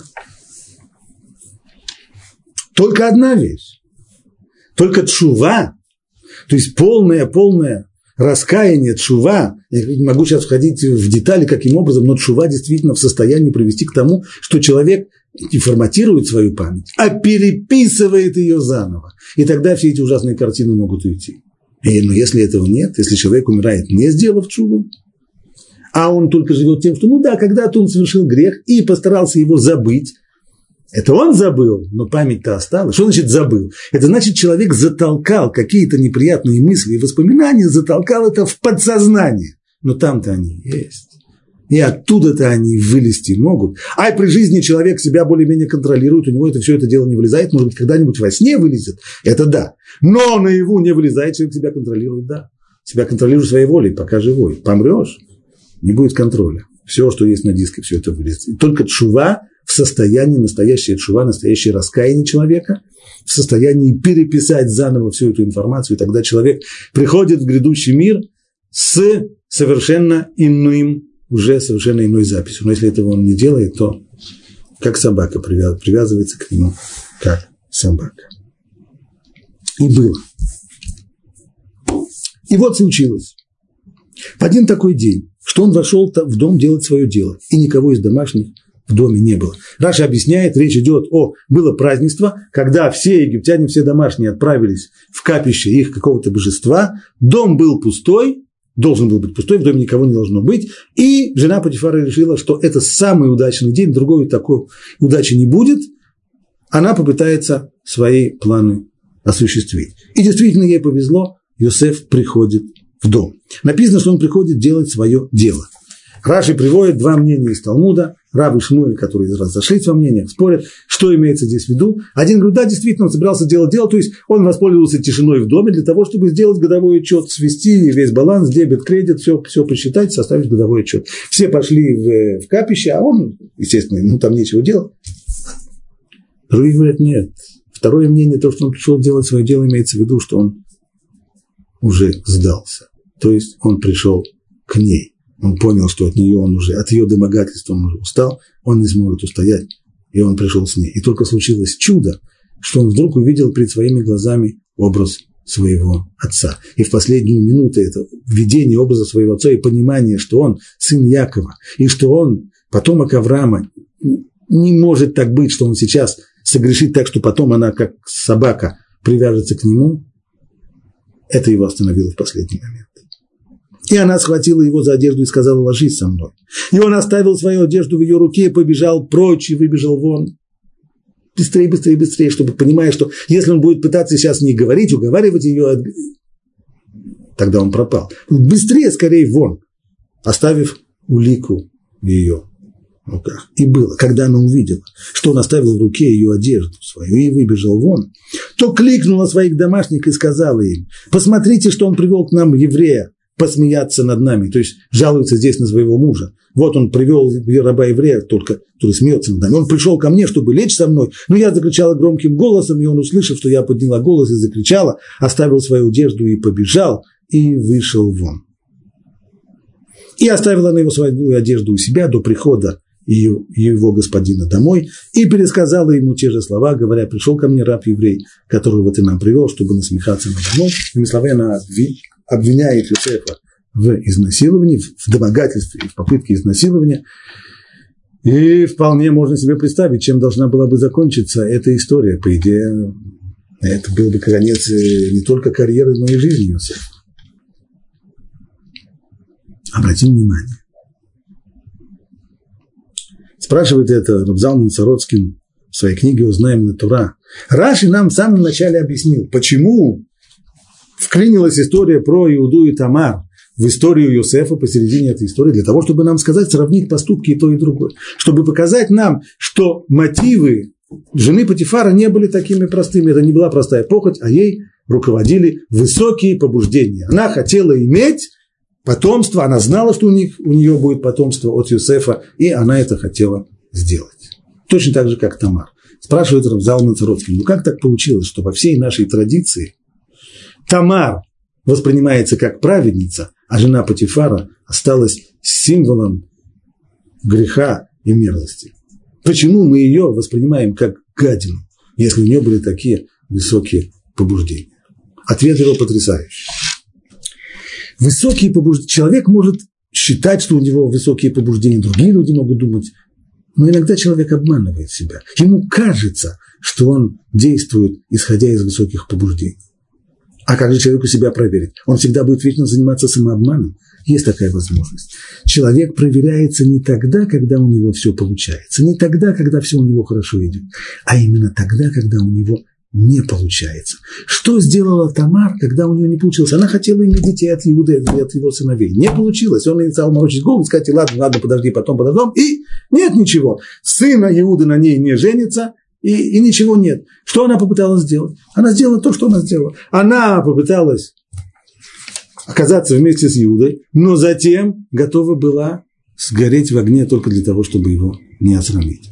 Только одна вещь. Только тшува, то есть полное раскаяние, тшува. Я не могу сейчас входить в детали, каким образом, но тшува действительно в состоянии привести к тому, что человек не форматирует свою память, а переписывает ее заново. И тогда все эти ужасные картины могут уйти. Но если этого нет, если человек умирает, не сделав тшуву, а он только живет тем, что, когда-то он совершил грех и постарался его забыть, это он забыл, но память-то осталась. Что значит забыл? Это значит, человек затолкал какие-то неприятные мысли и воспоминания, затолкал это в подсознание. Но там-то они есть. И оттуда-то они вылезти могут. А при жизни человек себя более-менее контролирует, у него все это дело не вылезает. Может быть, когда-нибудь во сне вылезет, это да. Но наяву не вылезает, человек себя контролирует, да. Себя контролирует своей волей, пока живой. Помрешь, не будет контроля. Все, что есть на диске, все это вылезет. И только тшува в состоянии, настоящая тшува, настоящее раскаяние человека, в состоянии переписать заново всю эту информацию, и тогда человек приходит в грядущий мир с совершенно иной записью. Но если этого он не делает, то как собака привязывается к нему, как собака. И было. И вот случилось. В один такой день, что он вошел в дом делать свое дело, и никого из домашних в доме не было. Раша объясняет, речь идет было празднество, когда все египтяне, все домашние отправились в капище их какого-то божества, дом был пустой, должен был быть пустой, в доме никого не должно быть, и жена Потифара решила, что это самый удачный день, другой такой удачи не будет, она попытается свои планы осуществить. И действительно ей повезло, Йосеф приходит в дом. Написано, что он приходит делать свое дело. Раши приводит два мнения из Талмуда, Рав и Шмуэль, которые разошлись во мнениях, спорят, что имеется здесь в виду. Один говорит, да, действительно, он собирался делать дело, то есть он воспользовался тишиной в доме для того, чтобы сделать годовой отчет, свести весь баланс, дебет, кредит, все посчитать, составить годовой отчет. Все пошли в капище, а он, естественно, там нечего делать. Другие говорят, нет. Второе мнение, то, что он пришел делать свое дело, имеется в виду, что он уже сдался. То есть он пришел к ней. Он понял, что от нее от ее домогательства он уже устал, он не сможет устоять, и он пришел с ней. И только случилось чудо, что он вдруг увидел перед своими глазами образ своего отца. И в последнюю минуту это видение образа своего отца и понимание, что он сын Якова, и что он потомок Авраама, не может так быть, что он сейчас согрешит так, что потом она, как собака, привяжется к нему, это его остановило в последний момент. И она схватила его за одежду и сказала, ложись со мной. И он оставил свою одежду в ее руке, побежал прочь и выбежал вон. быстрее, быстрее, быстрее, чтобы понимая, что если он будет пытаться сейчас не говорить, уговаривать ее, тогда он пропал. Быстрее, скорее вон, оставив улику в ее руках. И было, когда она увидела, что он оставил в руке ее одежду свою и выбежал вон, то кликнула своих домашних и сказала им: посмотрите, что он привел к нам еврея посмеяться над нами, то есть жалуется здесь на своего мужа. Вот он привел раба еврея, только, который смеется над нами. Он пришел ко мне, чтобы лечь со мной, но я закричала громким голосом, и он, услышав, что я подняла голос и закричала, оставил свою одежду и побежал, и вышел вон. И оставила она его свою одежду у себя до прихода его господина домой, и пересказала ему те же слова, говоря: пришел ко мне раб-еврей, которого ты нам привел, чтобы насмехаться надо мной. Этими словами она обвиняет Йосефа в изнасиловании, в домогательстве, в попытке изнасилования. И вполне можно себе представить, чем должна была бы закончиться эта история. По идее, это был бы конец не только карьеры, но и жизни Йосефа. Обратим внимание. Спрашивает это Рав Залман Сороцкин в своей книге «Узнаем ли Тора». Раши нам в самом начале объяснил, почему вклинилась история про Иуду и Тамар в историю Йосефа посередине этой истории, для того, чтобы нам сказать, сравнить поступки и то, и другое. Чтобы показать нам, что мотивы жены Потифара не были такими простыми. Это не была простая похоть, а ей руководили высокие побуждения. Она хотела иметь потомство, она знала, что у нее будет потомство от Йосефа, и она это хотела сделать. Точно так же, как Тамар. Спрашивает Рав Залман Сороцкин: ну как так получилось, что во всей нашей традиции Тамар воспринимается как праведница, а жена Потифара осталась символом греха и мерзости? Почему мы ее воспринимаем как гадину, если у нее были такие высокие побуждения? Ответ его потрясающий. Высокие побуждения. Человек может считать, что у него высокие побуждения, другие люди могут думать, но иногда человек обманывает себя. Ему кажется, что он действует, исходя из высоких побуждений. А как же человеку себя проверить? Он всегда будет вечно заниматься самообманом. Есть такая возможность. Человек проверяется не тогда, когда у него все получается, не тогда, когда все у него хорошо идет, а именно тогда, когда у него не получается. Что сделала Тамар, когда у нее не получилось? Она хотела иметь детей от Иуды, от его сыновей. Не получилось. Он ей стал морочить голову, сказать: ладно, подожди, потом подождем. И нет ничего. Сына Иуды на ней не женится, и ничего нет. Что она попыталась сделать? Она сделала то, что она сделала. Она попыталась оказаться вместе с Иудой, но затем готова была сгореть в огне только для того, чтобы его не осрамить.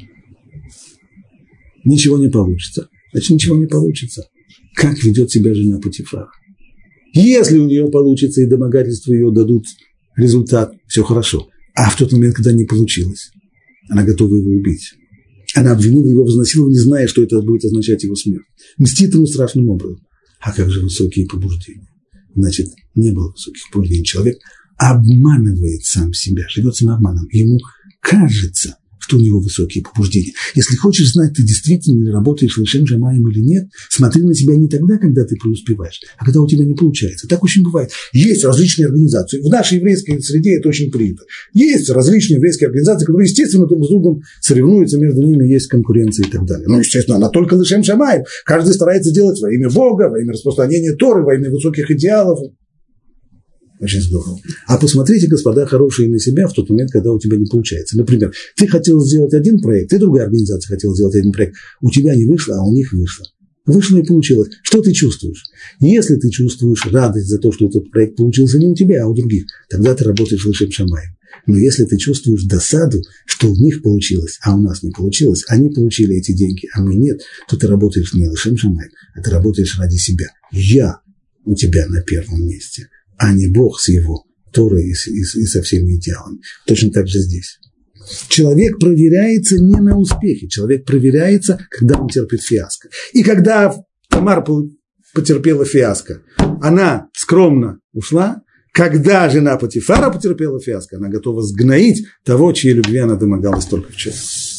Ничего не получится. Значит, ничего не получится. Как ведет себя жена Потифара? Если у нее получится и домогательства ее дадут результат, все хорошо. А в тот момент, когда не получилось, она готова его убить. Она обвинила его в изнасиловании, не зная, что это будет означать его смерть. Мстит ему страшным образом. А как же высокие побуждения? Значит, не было высоких побуждений. Человек обманывает сам себя, живет самообманом. Ему кажется, что у него высокие побуждения. Если хочешь знать, ты действительно ли работаешь лешем шамаим или нет, смотри на себя не тогда, когда ты преуспеваешь, а когда у тебя не получается. Так очень бывает. Есть различные организации. В нашей еврейской среде это очень принято. Есть различные еврейские организации, которые, естественно, друг с другом соревнуются, между ними есть конкуренция и так далее. Ну, естественно, она только лешем шамаим. Каждый старается делать во имя Бога, во имя распространения Торы, во имя высоких идеалов. Очень здорово. А посмотрите, господа хорошие, на себя в тот момент, когда у тебя не получается. Например, ты хотел сделать один проект, ты другая организация хотела сделать один проект. У тебя не вышло, а у них вышло. Вышло и получилось. Что ты чувствуешь? Если ты чувствуешь радость за то, что этот проект получился не у тебя, а у других, тогда ты работаешь лешем шамаим. Но если ты чувствуешь досаду, что у них получилось, а у нас не получилось, они получили эти деньги, а мы нет, то ты работаешь не лешем шамаим, а ты работаешь ради себя. Я у тебя на первом месте, а не Бог с его Торой и со всеми идеалами. Точно так же здесь. Человек проверяется не на успехе, человек проверяется, когда он терпит фиаско. И когда Тамар потерпела фиаско, она скромно ушла. Когда жена Потифара потерпела фиаско, она готова сгноить того, чьей любви она домогалась только вчера.